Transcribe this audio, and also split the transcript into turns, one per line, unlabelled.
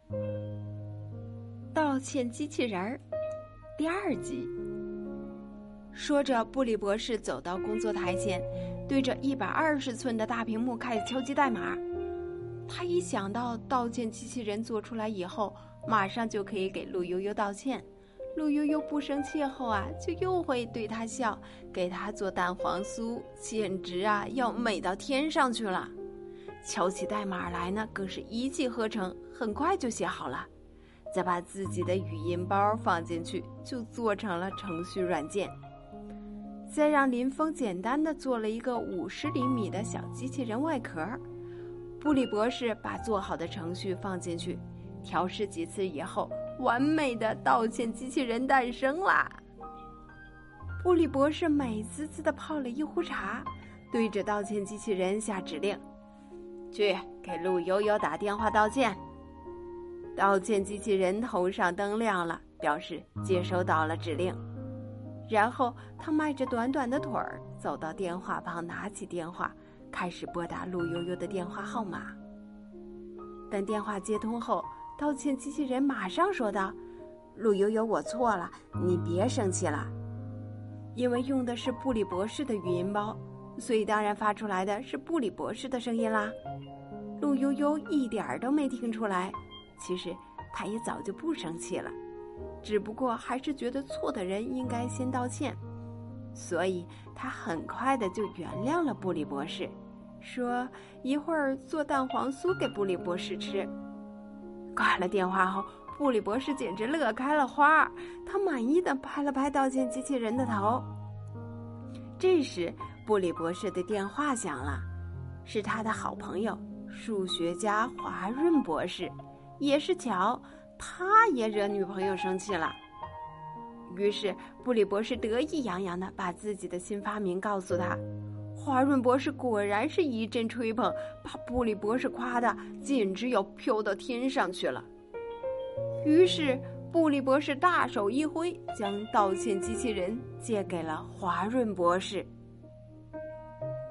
道歉机器人儿第2集。说着，布里博士走到工作台前，对着120寸的大屏幕开始敲击代码。他一想到道歉机器人做出来以后，马上就可以给陆悠悠道歉，陆悠悠不生气后就又会对他笑，给他做蛋黄酥，简直要美到天上去了。敲起代码来呢，更是一气呵成，很快就写好了，再把自己的语音包放进去，就做成了程序软件。再让林峰简单的做了一个50厘米的小机器人外壳。布里博士把做好的程序放进去，调试几次以后，完美的道歉机器人诞生啦。布里博士美滋滋的泡了一壶茶，对着道歉机器人下指令：去给陆悠悠打电话道歉。道歉机器人头上灯亮了，表示接收到了指令。然后他迈着短短的腿儿走到电话旁，拿起电话，开始拨打陆悠悠的电话号码。等电话接通后，道歉机器人马上说道：陆悠悠，我错了，你别生气了。因为用的是布里博士的语音包，所以当然发出来的是布里博士的声音啦。陆悠悠一点儿都没听出来，其实他也早就不生气了，只不过还是觉得错的人应该先道歉，所以他很快的就原谅了布里博士，说一会儿做蛋黄酥给布里博士吃。挂了电话后，布里博士简直乐开了花，他满意的拍了拍道歉机器人的头。这时布里博士的电话响了，是他的好朋友数学家华润博士，也是巧，他也惹女朋友生气了。于是布里博士得意洋洋地把自己的新发明告诉他。华润博士果然是一阵吹捧，把布里博士夸得简直要飘到天上去了。于是布里博士大手一挥，将道歉机器人借给了华润博士。